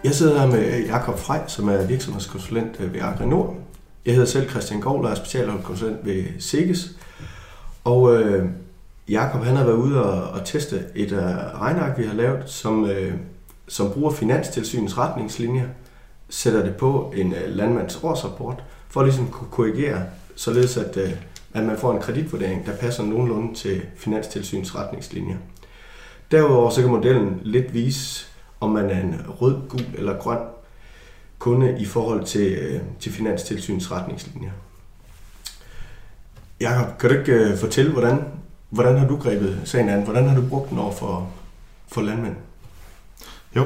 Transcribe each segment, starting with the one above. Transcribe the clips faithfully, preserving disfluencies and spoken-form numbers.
Jeg sidder her med Jakob Frey, som er virksomhedskonsulent ved Agrinor. Jeg hedder selv Christian Goul og er specialkonsulent ved Seges. Og øh, Jakob han har været ude og, og teste et uh, regneark, vi har lavet, som, øh, som bruger Finanstilsynets retningslinjer, sætter det på en uh, landmands årsrapport, for at ligesom kunne korrigere, således at, uh, at man får en kreditvurdering, der passer nogenlunde til Finanstilsynets retningslinjer. Derudover så kan modellen lidt vise, om man er en rød, gul eller grøn kunde i forhold til, til Finanstilsynets retningslinjer. Jakob, kan du ikke uh, fortælle, hvordan, hvordan har du grebet sagen an? Hvordan har du brugt den over for, for landmænd? Jo.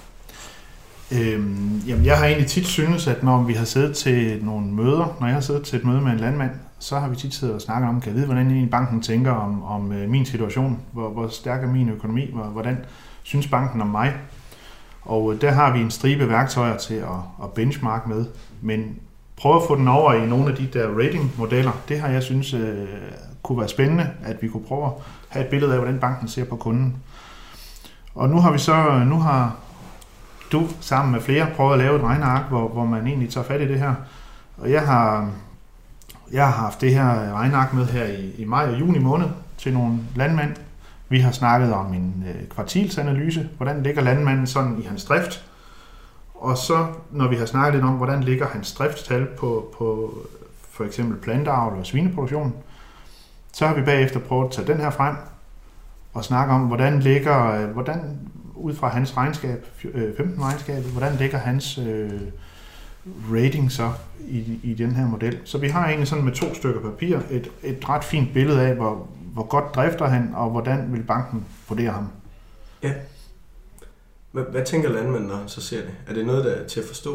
Øhm, jamen, jeg har egentlig tit synes, at når vi har siddet til nogle møder, når jeg har siddet til et møde med en landmand, så har vi tit siddet og snakket om, kan jeg vide, hvordan egentlig banken tænker om, om min situation, hvor, hvor stærk er min økonomi, hvor, hvordan synes banken om mig. Og der har vi en stribe værktøjer til at, at benchmark med, men prøve at få den over i nogle af de der ratingmodeller, det har jeg synes øh, kunne være spændende, at vi kunne prøve at have et billede af, hvordan banken ser på kunden. Og nu har vi så, nu har du sammen med flere prøvet at lave et regneark, hvor, hvor man egentlig tager fat i det her. Og jeg har, jeg har haft det her regneark med her i, i maj og juni måned til nogle landmænd. Vi har snakket om en øh, kvartilsanalyse, hvordan ligger landmanden sådan i hans drift. Og så, når vi har snakket lidt om, hvordan ligger hans driftstal på, på for eksempel planteavl og svineproduktion, så har vi bagefter prøvet at tage den her frem og snakke om, hvordan ligger, hvordan ud fra hans regnskab, femten regnskab, hvordan ligger hans øh, rating så i, i den her model. Så vi har egentlig sådan med to stykker papir et, et ret fint billede af, hvor, hvor godt drifter han, og hvordan vil banken vurdere ham. Ja. Hvad, hvad tænker landmanden, når han så ser det? Er det noget, der er til at forstå?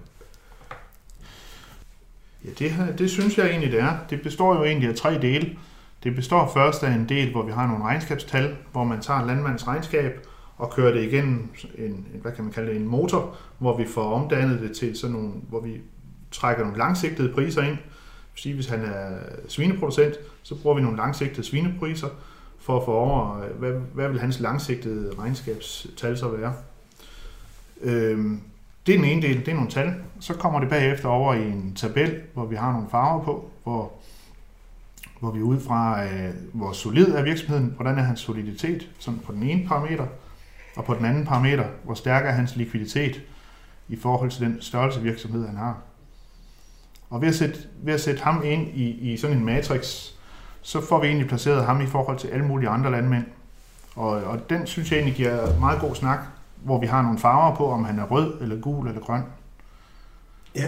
Ja, det, her, det synes jeg egentlig, det er. Det består jo egentlig af tre dele. Det består først af en del, hvor vi har nogle regnskabstal, hvor man tager landmandens regnskab og kører det igennem en, hvad kan man kalde det, en motor, hvor vi får omdannet det til sådan nogle, hvor vi trækker nogle langsigtede priser ind. Hvis han er svineproducent, så bruger vi nogle langsigtede svinepriser for at få over, hvad, hvad vil hans langsigtede regnskabstal så være. Øhm, det er den ene del, det er nogle tal. Så kommer det bagefter over i en tabel, hvor vi har nogle farver på, hvor, hvor vi ud fra, øh, hvor solid er virksomheden, hvordan er hans soliditet, sådan på den ene parameter, og på den anden parameter, hvor stærk er hans likviditet i forhold til den størrelse virksomhed, han har. Og ved at sætte, ved at sætte ham ind i, i sådan en matrix, så får vi egentlig placeret ham i forhold til alle mulige andre landmænd. Og, og den synes jeg egentlig giver meget god snak, hvor vi har nogle farver på, om han er rød, eller gul, eller grøn. Ja.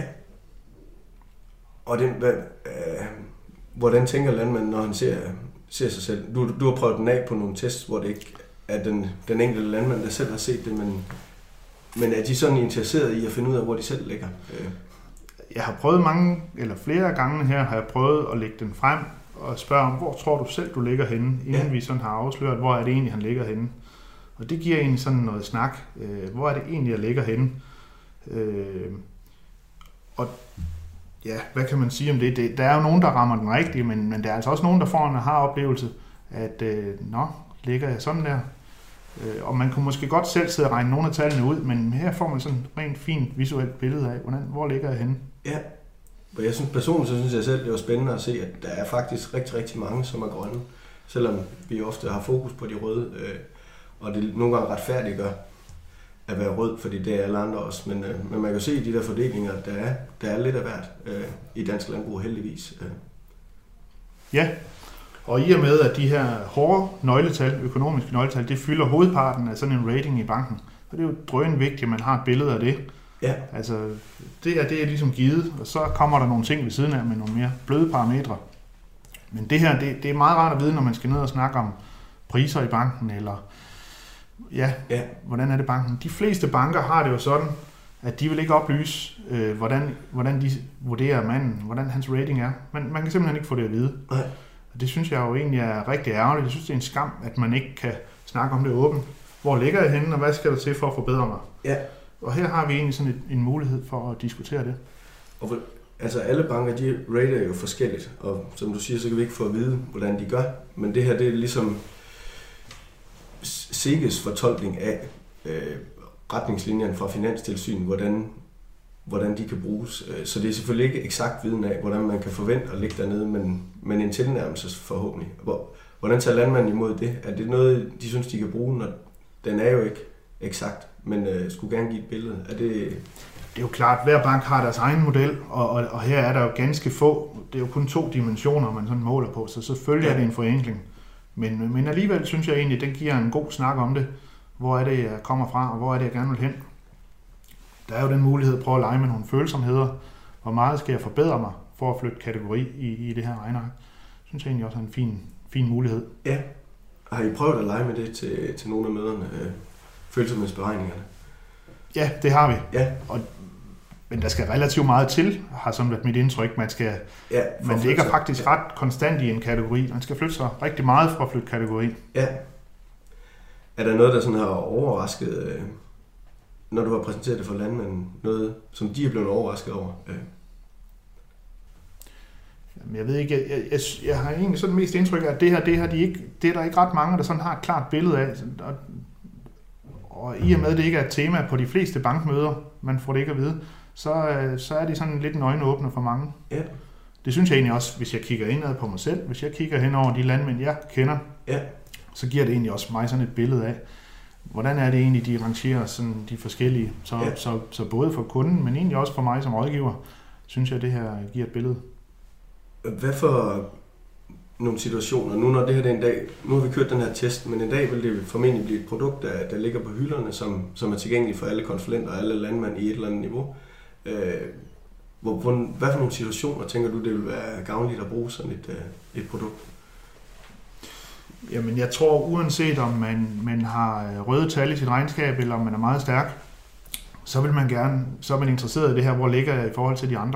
Og det, hvad, øh, hvordan tænker landmanden, når han ser, ser sig selv? Du, du har prøvet den af på nogle tests, hvor det ikke er den, den enkelte landmand, der selv har set det, men, men er de sådan interesseret i at finde ud af, hvor de selv ligger? Øh. Jeg har prøvet mange, eller flere gange her, har jeg prøvet at lægge den frem, og spørge om, hvor tror du selv, du ligger henne, inden ja. vi sådan har afsløret, hvor er det egentlig, han ligger henne. Og det giver egentlig sådan noget snak. Øh, hvor er det egentlig, jeg ligger henne? Øh, og ja, hvad kan man sige om det? det? Der er jo nogen, der rammer den rigtige, men, men der er altså også nogen, der får en aha-oplevelse, at øh, nå, ligger jeg sådan der? Øh, og man kunne måske godt selv sidde og regne nogle af tallene ud, men her får man sådan et rent fint visuelt billede af, hvordan, hvor ligger jeg henne? Ja. Og jeg synes personligt, så synes jeg selv, det var spændende at se, at der er faktisk rigtig, rigtig mange, som er grønne. Selvom vi ofte har fokus på de røde, øh, og det nogle gange retfærdiggør at være rød, fordi det er alle andre også. Men, øh, men man kan se i de der fordelinger, der er, der er lidt af hvert øh, i dansk landbrug heldigvis. Øh. Ja, og i og med, at de her hårde nøgletal, økonomiske nøgletal, det fylder hovedparten af sådan en rating i banken, så det er jo drøn vigtigt, at man har et billede af det. Ja. Altså, det er, det er ligesom givet, og så kommer der nogle ting ved siden af med nogle mere bløde parametre. Men det her, det, det er meget rart at vide, når man skal ned og snakke om priser i banken, eller ja, ja. hvordan er det banken? De fleste banker har det jo sådan, at de vil ikke oplyse, øh, hvordan, hvordan de vurderer manden, hvordan hans rating er. Man, man kan simpelthen ikke få det at vide. Nej. Og det synes jeg jo egentlig er rigtig ærgerligt. Jeg synes, det er en skam, at man ikke kan snakke om det åbent. Hvor ligger jeg henne, og hvad skal der til for at forbedre mig? Ja. Og her har vi egentlig sådan et, en mulighed for at diskutere det. Og for, altså alle banker, de rater jo forskelligt, og som du siger, så kan vi ikke få at vide, hvordan de gør. Men det her, det er ligesom Seges fortolkning af øh, retningslinjerne fra Finanstilsynet, hvordan, hvordan de kan bruges. Så det er selvfølgelig ikke eksakt viden af, hvordan man kan forvente at ligge dernede, men, men en tilnærmelse forhåbentlig. Hvordan tager landmanden imod det? Er det noget, de synes, de kan bruge, når den er jo ikke eksakt, men øh, skulle gerne give et billede? Er det... Det er jo klart, at hver bank har deres egen model, og, og, og her er der jo ganske få. Det er jo kun to dimensioner, man sådan måler på, så selvfølgelig er det en forenkling. Men, men alligevel synes jeg egentlig, at den giver en god snak om det. Hvor er det, jeg kommer fra, og hvor er det, jeg gerne vil hen? Der er jo den mulighed at prøve at lege med nogle følsomheder. Hvor meget skal jeg forbedre mig for at flytte kategori i, i det her regneark? Det synes jeg egentlig også er en fin, fin mulighed. Ja. Har I prøvet at lege med det til, til nogle af møderne? Øh, følsomhedsberegningerne? Ja, det har vi. Ja. Og, men der skal relativt meget til, har sådan været mit indtryk. Man, skal, ja, man ligger faktisk ret konstant i en kategori. Man skal flytte sig rigtig meget for at flytte kategori. Ja. Er der noget, der sådan har overrasket, når du har præsenteret det for landmanden? Noget, som de er blevet overrasket over? Jamen, jeg ved ikke, jeg, jeg, jeg, jeg har egentlig sådan mest indtryk af, at det her, det her de ikke, det er der ikke ret mange, der sådan har et klart billede af. Og, og i og med, at det ikke er et tema på de fleste bankmøder, man får det ikke at vide, så, så er det sådan lidt en øjenåbner for mange. Ja. Det synes jeg egentlig også, hvis jeg kigger indad på mig selv, hvis jeg kigger hen over de landmænd, jeg kender, ja. så giver det egentlig også mig sådan et billede af, hvordan er det egentlig, de rangerer sådan de forskellige. Så, ja. så, så både for kunden, men egentlig også for mig som rådgiver, synes jeg, at det her giver et billede. Hvad for nogle situationer, nu når det her er en dag, nu har vi kørt den her test, men en dag vil det formentlig blive et produkt, der, der ligger på hylderne, som, som er tilgængeligt for alle konsulenter og alle landmænd i et eller andet niveau. Øh, hvor, hvor, hvad for nogle situationer tænker du, det vil være gavnligt at bruge sådan et, et produkt? Jamen, jeg tror, uanset om man, man har røde tal i sit regnskab, eller om man er meget stærk, så vil man gerne, så er man interesseret i det her, hvor ligger jeg i forhold til de andre.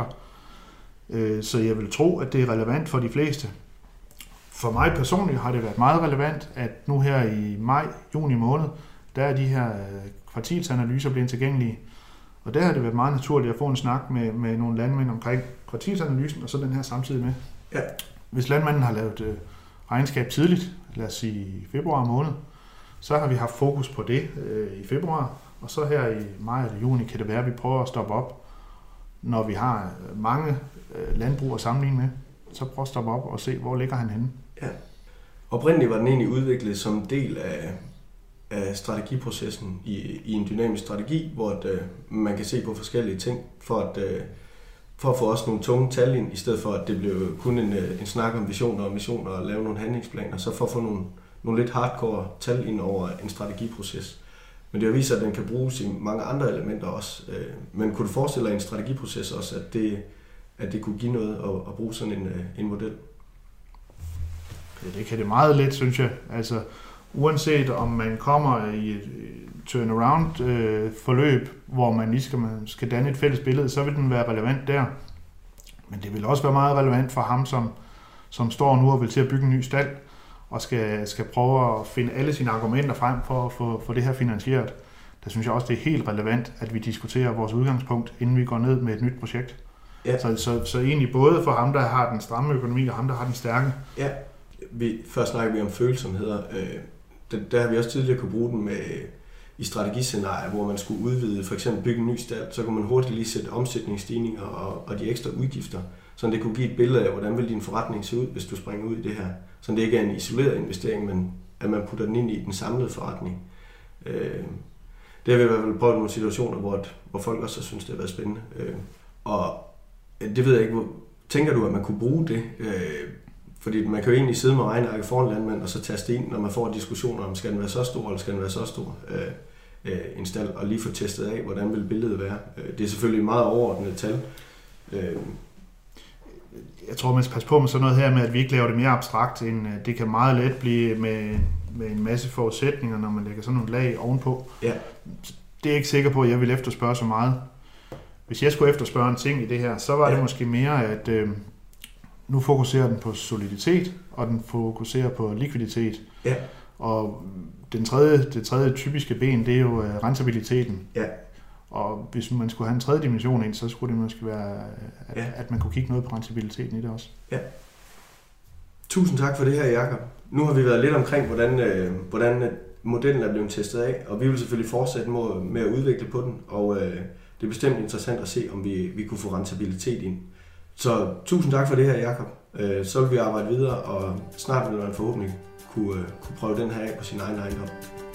Så jeg vil tro, at det er relevant for de fleste. For mig personligt har det været meget relevant, at nu her i maj, juni måned, der er de her kvartilsanalyser blevet tilgængelige. Og der har det været meget naturligt at få en snak med, med nogle landmænd omkring kvartilsanalysen, og så den her samtidig med. Ja. Hvis landmanden har lavet regnskab tidligt, lad os sige i februar måned, så har vi haft fokus på det øh, i februar, og så her i maj eller juni kan det være, at vi prøver at stoppe op, når vi har mange øh, landbrug at sammenligne med, så prøv at stoppe op og se, hvor ligger han henne. Ja. Oprindeligt var den egentlig udviklet som del af, af strategiprocessen i, i en dynamisk strategi, hvor at, øh, man kan se på forskellige ting, for at, øh, for at få også nogle tunge tal ind, i stedet for at det blev kun en, en snak om visioner og missioner og lave nogle handlingsplaner, så for at få nogle, nogle lidt hardcore tal ind over en strategiproces. Men det har vist sig, at den kan bruges i mange andre elementer også. Men kunne du forestille dig en strategiproces også, at det, at det kunne give noget at, at bruge sådan en, en model? Ja, det kan det meget let, synes jeg. Altså, uanset om man kommer i et turnaround øh, forløb, hvor man lige skal, man skal danne et fælles billede, så vil den være relevant der. Men det vil også være meget relevant for ham, som, som står nu og vil til at bygge en ny stald, og skal, skal prøve at finde alle sine argumenter frem for at få, få det her finansieret. Der synes jeg også, det er helt relevant, at vi diskuterer vores udgangspunkt, inden vi går ned med et nyt projekt. Ja. Så, så, så egentlig både for ham, der har den stramme økonomi, og ham, der har den stærke. Ja, vi, først snakker vi om følsomheder. Øh, der, der har vi også tidligere kunne bruge den med, i strategiscenarier, hvor man skulle udvide, for eksempel bygge en ny stald, så kunne man hurtigt lige sætte omsætningsstigninger og, og de ekstra udgifter, så det kunne give et billede af, hvordan vil din forretning se ud, hvis du springer ud i det her. Så det ikke er en isoleret investering, men at man putter den ind i den samlede forretning. Øh, det har vi i hvert fald prøvet nogle situationer, hvor, hvor folk også synes, det har været spændende. Øh, og det ved jeg ikke, hvor tænker du, at man kunne bruge det? Øh, fordi man kan jo egentlig sidde med regnearket foran landmand, og så taste ind, når man får diskussioner om, skal den være så stor, eller skal den være så stor, øh, øh, en stald, og lige få testet af, hvordan vil billedet være. Øh, det er selvfølgelig meget overordnet tal. Øh, Jeg tror, man skal passe på med sådan noget her med, at vi ikke laver det mere abstrakt, end det kan meget let blive med, med en masse forudsætninger, når man lægger sådan nogle lag ovenpå. Ja. Det er jeg ikke sikker på, at jeg vil efterspørge så meget. Hvis jeg skulle efterspørge en ting i det her, så var det ja. måske mere, at øh, nu fokuserer den på soliditet, og den fokuserer på likviditet. Ja. Og den tredje, det tredje typiske ben, det er jo øh, rentabiliteten. Ja. Og hvis man skulle have en tredje dimension ind, så skulle det måske være, at, ja. at man kunne kigge noget på rentabiliteten i det også. Ja. Tusind tak for det her, Jakob. Nu har vi været lidt omkring, hvordan, øh, hvordan modellen er blevet testet af, og vi vil selvfølgelig fortsætte med at udvikle på den, og øh, det er bestemt interessant at se, om vi, vi kunne få rentabilitet ind. Så tusind tak for det her, Jakob. Øh, så vil vi arbejde videre, og snart vil man forhåbentlig kunne, øh, kunne prøve den her af på sin egen ejendom.